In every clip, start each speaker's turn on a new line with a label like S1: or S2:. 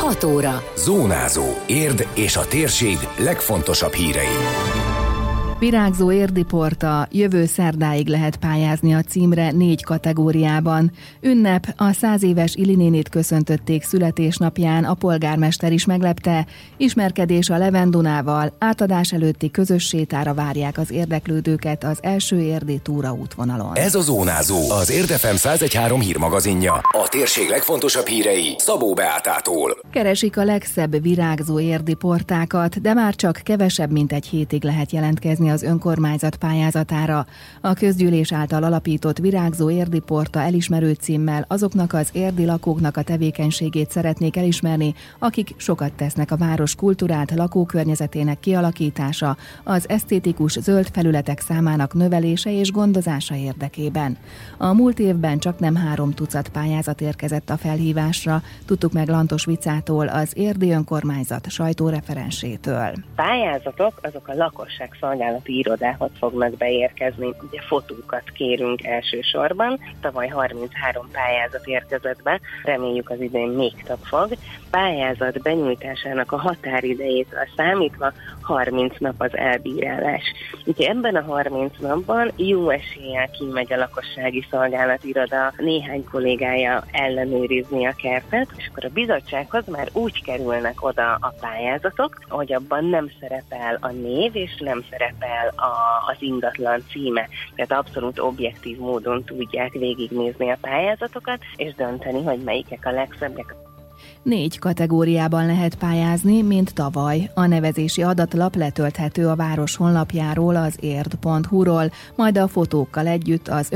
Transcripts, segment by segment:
S1: 6 óra.
S2: Zónázó. Érd és a térség legfontosabb hírei.
S3: Virágzó érdi porta, jövő szerdáig lehet pályázni a címre 4 kategóriában. Ünnep, a 100 éves Ili nénit köszöntötték születésnapján, a polgármester is meglepte. Ismerkedés a Levendunával, átadás előtti közös sétára várják az érdeklődőket az első érdi túraútvonalon.
S2: Ez a Zónázó, az Érd FM 101.3 hírmagazinja. A térség legfontosabb hírei Szabó Beátától.
S3: Keresik a legszebb virágzó érdi portákat, de már csak kevesebb mint egy hétig lehet jelentkezni az önkormányzat pályázatára. A közgyűlés által alapított Virágzó érdi porta elismerő címmel azoknak az érdi lakóknak a tevékenységét szeretnék elismerni, akik sokat tesznek a város kultúrát, lakókörnyezetének kialakítása, az esztétikus zöld felületek számának növelése és gondozása érdekében. A múlt évben csaknem 3 tucat pályázat érkezett a felhívásra, tudtuk meg Lantos Vicától, az érdi önkormányzat sajtóreferensétől.
S4: Pályázatok azok a lakosságszolgálati irodához fognak beérkezni. Ugye fotókat kérünk elsősorban. Tavaly 33 pályázat érkezett be, reméljük az idén még több fog. Pályázat benyújtásának a határidejétől számítva 30 nap az elbírálás. Úgyhogy ebben a 30 napban jó eséllyel kimegy a lakossági szolgálati iroda néhány kollégája ellenőrizni a kertet, és akkor a bizottsághoz már úgy kerülnek oda a pályázatok, hogy abban nem szerepel a név, és nem szerepel az ingatlan címe. Tehát abszolút objektív módon tudják végignézni a pályázatokat, és dönteni, hogy melyikek a legszebbek.
S3: 4 kategóriában lehet pályázni, mint tavaly. A nevezési adatlap letölthető a város honlapjáról, az érd.hu-ról, majd a fotókkal együtt az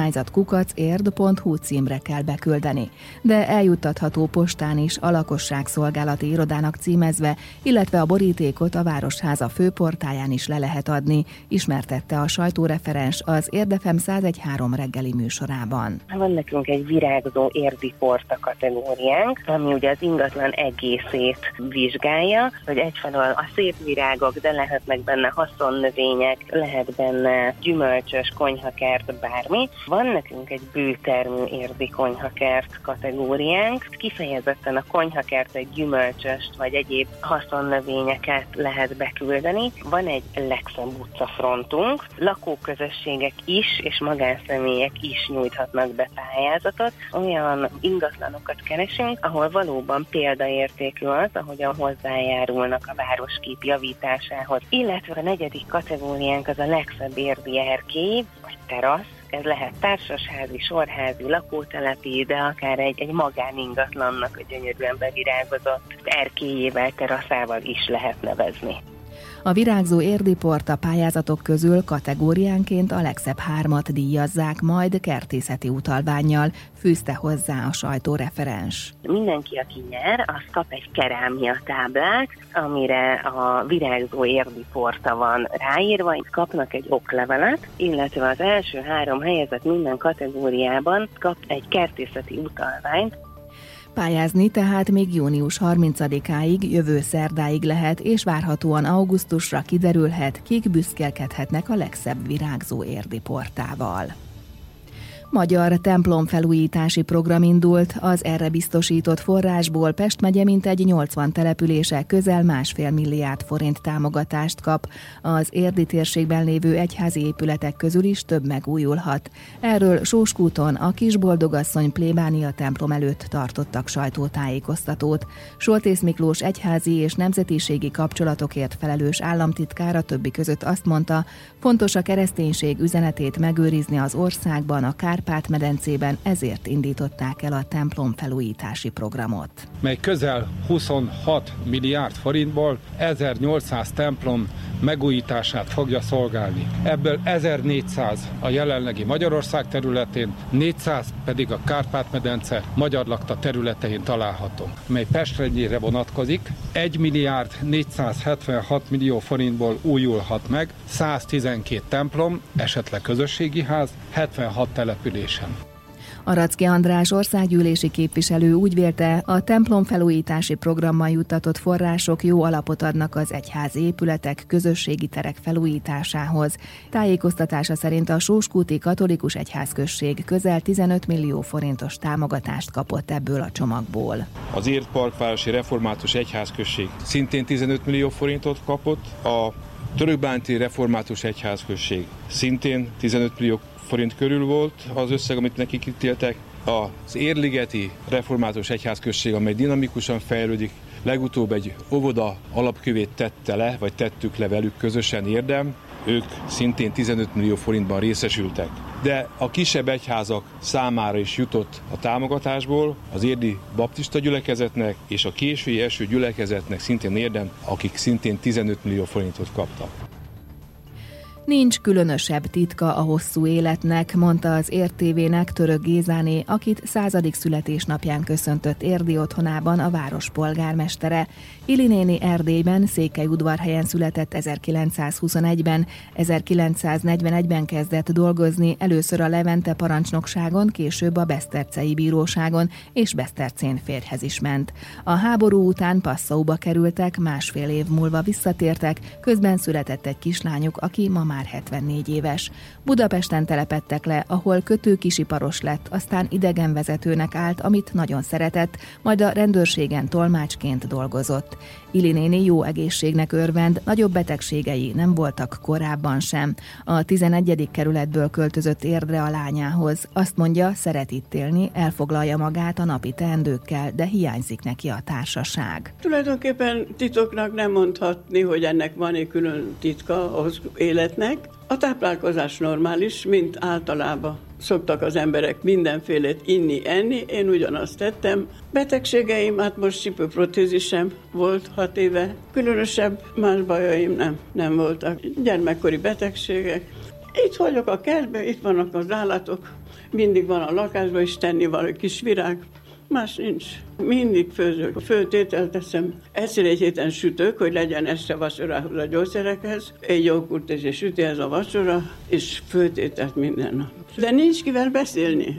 S3: önkormányzat@érd.hu címre kell beküldeni. De eljuttatható postán is a lakosságszolgálati irodának címezve, illetve a borítékot a Városháza főportáján is le lehet adni, ismertette a sajtóreferens az Érd FM 101.3 reggeli műsorában.
S4: Van nekünk egy virágzó érdi porta kategóriánk, ami ugye az ingatlan egészét vizsgálja, hogy egyfelől a szép virágok, de lehetnek benne haszonnövények, lehet benne gyümölcsös konyhakert, bármi. Van nekünk egy bőtermű érdi konyhakert kategóriánk, kifejezetten a konyhakert egy gyümölcsöst vagy egyéb haszonnövényeket lehet beküldeni. Van egy legszebb utcafrontunk, lakóközösségek is és magánszemélyek is nyújthatnak be pályázatot. Olyan ingatlanokat keresünk, ahol valóban példaértékű az, ahogyan hozzájárulnak a városkép javításához. Illetve a 4. kategóriánk az a legszebb érdi erkély, vagy terasz. Ez lehet társasházi, sorházi, lakótelepi, de akár egy magáningatlannak a gyönyörűen bevirágozott erkélyével, teraszával is lehet nevezni.
S3: A Virágzó érdi porta pályázatok közül kategóriánként a legszebb 3-at díjazzák, majd kertészeti utalvánnyal, fűzte hozzá a sajtóreferens.
S4: Mindenki, aki nyer, az kap egy kerámia táblát, amire a Virágzó érdi porta van ráírva, kapnak egy oklevelet, illetve az első 3 helyezett minden kategóriában kap egy kertészeti utalványt.
S3: Pályázni tehát még június 30-áig, jövő szerdáig lehet, és várhatóan augusztusra kiderülhet, kik büszkélkedhetnek a legszebb virágzó érdi portával. Magyar templomfelújítási program indult, az erre biztosított forrásból Pest megye mintegy 80 települése közel 1,5 milliárd forint támogatást kap. Az érdi térségben lévő egyházi épületek közül is több megújulhat. Erről Sóskúton a Kisboldogasszony plébánia templom előtt tartottak sajtótájékoztatót. Soltész Miklós egyházi és nemzetiségi kapcsolatokért felelős államtitkár a többi között azt mondta, fontos a kereszténység üzenetét megőrizni az országban, a Kárpát-medencében, ezért indították el a templom felújítási programot.
S5: Mely közel 26 milliárd forintból 1800 templom megújítását fogja szolgálni. Ebből 1400 a jelenlegi Magyarország területén, 400 pedig a Kárpát-medence magyar lakta területein található, mely Pest megyére vonatkozik. 1 milliárd 476 millió forintból újulhat meg 112 templom, esetleg közösségi ház, 76 településen.
S3: Aracki András országgyűlési képviselő úgy vélte, a templom felújítási programmal juttatott források jó alapot adnak az egyházi épületek, közösségi terek felújításához. Tájékoztatása szerint a Sóskúti Katolikus Egyházközség közel 15 millió forintos támogatást kapott ebből a csomagból.
S1: Az Érd-Parkvárosi Református Egyházközség szintén 15 millió forintot kapott, a Törökbánti Református Egyházközség szintén 15 millió forint körül volt az összeg, amit nekik kitéltek. Az Érligeti Református Egyházközség, amely dinamikusan fejlődik, legutóbb egy óvoda alapkövét tettük le velük közösen Érdem, ők szintén 15 millió forintban részesültek. De a kisebb egyházak számára is jutott a támogatásból, az érdi baptista gyülekezetnek és a késői első gyülekezetnek szintén Érdem, akik szintén 15 millió forintot kaptak.
S3: Nincs különösebb titka a hosszú életnek, mondta az Érd TV-nek Török Gézáné, akit 100. születésnapján köszöntött érdi otthonában a város polgármestere. Ili néni Erdélyben, Székelyudvarhelyen született 1921-ben, 1941-ben kezdett dolgozni, először a Levente parancsnokságon, később a Besztercei bíróságon, és Besztercén férjhez is ment. A háború után Passauba kerültek, másfél év múlva visszatértek, közben született egy kislányuk, aki ma már 74 éves. Budapesten telepedtek le, ahol kötőkisiparos lett, aztán idegenvezetőnek állt, amit nagyon szeretett, majd a rendőrségen tolmácsként dolgozott. Ili néni jó egészségnek örvend, nagyobb betegségei nem voltak korábban sem. A 11. kerületből költözött Érdre a lányához. Azt mondja, szeret itt élni, elfoglalja magát a napi teendőkkel, de hiányzik neki a társaság.
S6: Tulajdonképpen titoknak nem mondhatni, hogy ennek van egy külön titka az életnek. A táplálkozás normális, mint általában szoktak az emberek mindenfélét inni, enni. Én ugyanazt tettem. Betegségeim, hát most csipőprotézisem volt 6 éve. Különösebb más bajaim nem voltak. Gyermekkori betegségek. Itt vagyok a kertben, itt vannak az állatok. Mindig van a lakásban is tennivaló kis virág. Más nincs. Mindig főzök. Főtételt teszem. Egyszer egy héten sütök, hogy legyen este vacsorához a gyógyszerekhez. Egy joghurt és sütihez a vacsora, és főtételt minden nap. De nincs kivel beszélni.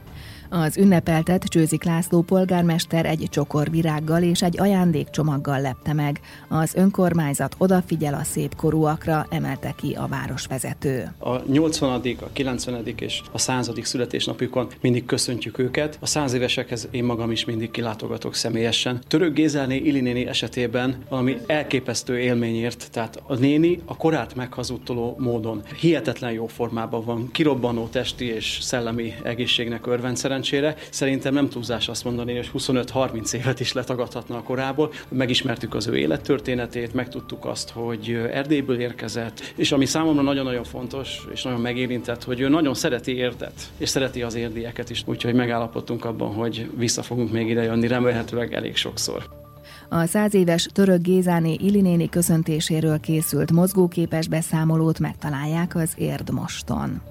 S3: Az ünnepeltet Csőzik László polgármester egy csokor virággal és egy ajándékcsomaggal lepte meg. Az önkormányzat odafigyel a szépkorúakra, emelte ki a városvezető.
S7: A 80., a 90. és a 100. születésnapjukon mindig köszöntjük őket. A 100 évesekhez én magam is mindig kilátogatok személyesen. Török Gézáné, Ili néni esetében valami elképesztő élményért, tehát a néni a korát meghazudtoló módon hihetetlen jó formában van, kirobbanó testi és szellemi egészségnek örvend. Szerencsére szerintem nem túlzás azt mondani, hogy 25-30 évet is letagadhatna a korából. Megismertük az ő élettörténetét, megtudtuk azt, hogy Erdélyből érkezett, és ami számomra nagyon-nagyon fontos, és nagyon megérintett, hogy ő nagyon szereti Érdet, és szereti az érdieket is, úgyhogy megállapodtunk abban, hogy vissza fogunk még ide jönni, remélhetőleg elég sokszor.
S3: A 100 éves Török Gézáné Ili néni köszöntéséről készült mozgóképes beszámolót megtalálják az Érd Moston.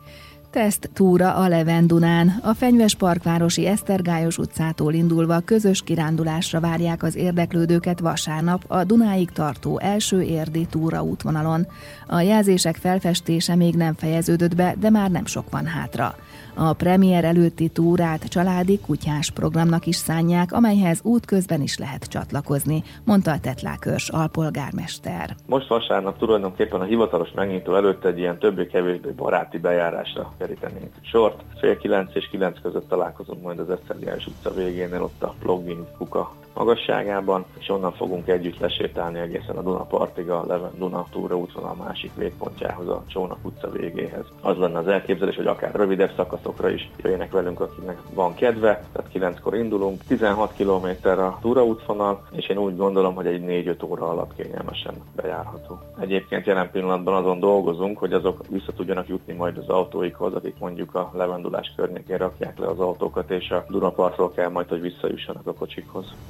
S3: Teszttúra a Leven-Dunán. A Fenyves-Parkvárosi Esztergályos utcától indulva közös kirándulásra várják az érdeklődőket vasárnap a Dunáig tartó első érdi túraútvonalon. A jelzések felfestése még nem fejeződött be, de már nem sok van hátra. A premier előtti túrát családi kutyás programnak is szánják, amelyhez útközben is lehet csatlakozni, mondta a Tetlákörs alpolgármester.
S8: Most vasárnap tulajdonképpen a hivatalos megnyitó előtt egy ilyen többé-kevésbé baráti bejárásra kerítenénk sort. Fél 9 és 9 között találkozunk majd az Esztergályos utca végénél, ott a Plogging kuka magasságában, és onnan fogunk együtt lesétálni egészen a Dunapartig, a Leven-Duna túraútvonal másik végpontjához, a Csónak utca végéhez. Az lenne az elképzelés, hogy akár rövidebb szakaszokra is jöjjenek velünk, akiknek van kedve, tehát 9-kor indulunk, 16 km a túraútvonal, és én úgy gondolom, hogy egy 4-5 óra alatt kényelmesen bejárható. Egyébként jelen pillanatban azon dolgozunk, hogy azok vissza tudjanak jutni majd az autóikhoz, akik mondjuk a levendulás környékén rakják le az autókat, és a Dunapartról kell majd, hogy visszajussanak a kocsikhoz.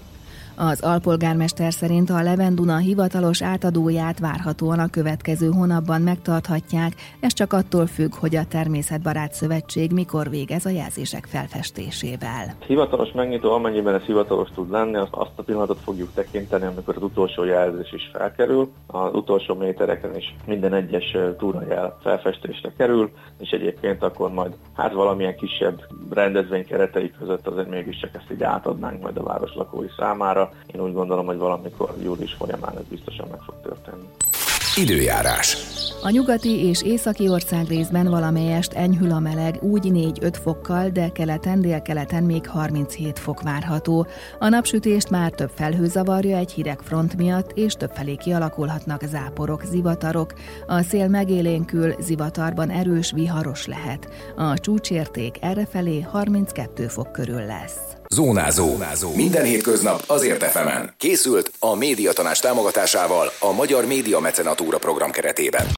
S3: Az alpolgármester szerint a Leven-Duna hivatalos átadóját várhatóan a következő hónapban megtarthatják, ez csak attól függ, hogy a Természetbarát Szövetség mikor végez a jelzések felfestésével.
S8: Hivatalos megnyitó, amennyiben ez hivatalos tud lenni, azt a pillanatot fogjuk tekinteni, amikor az utolsó jelzés is felkerül. Az utolsó métereken is minden egyes túrajel felfestésre kerül, és egyébként akkor majd valamilyen kisebb rendezvény keretei között azért mégiscsak ezt így átadnánk majd a város lakói számára. Én úgy gondolom, hogy valamikor július folyamán ez biztosan meg fog történni.
S2: Időjárás.
S3: A nyugati és északi országrészben valamelyest enyhül a meleg, úgy 4-5 fokkal, de keleten, délkeleten még 37 fok várható. A napsütést már több felhő zavarja egy hideg front miatt, és többfelé kialakulhatnak záporok, zivatarok. A szél megélénkül, zivatarban erős, viharos lehet. A csúcsérték errefelé 32 fok körül lesz.
S2: Zónázó. Minden hétköznap azért FM-en. Készült a Médiatanács támogatásával a Magyar Média Mecenatúra program keretében.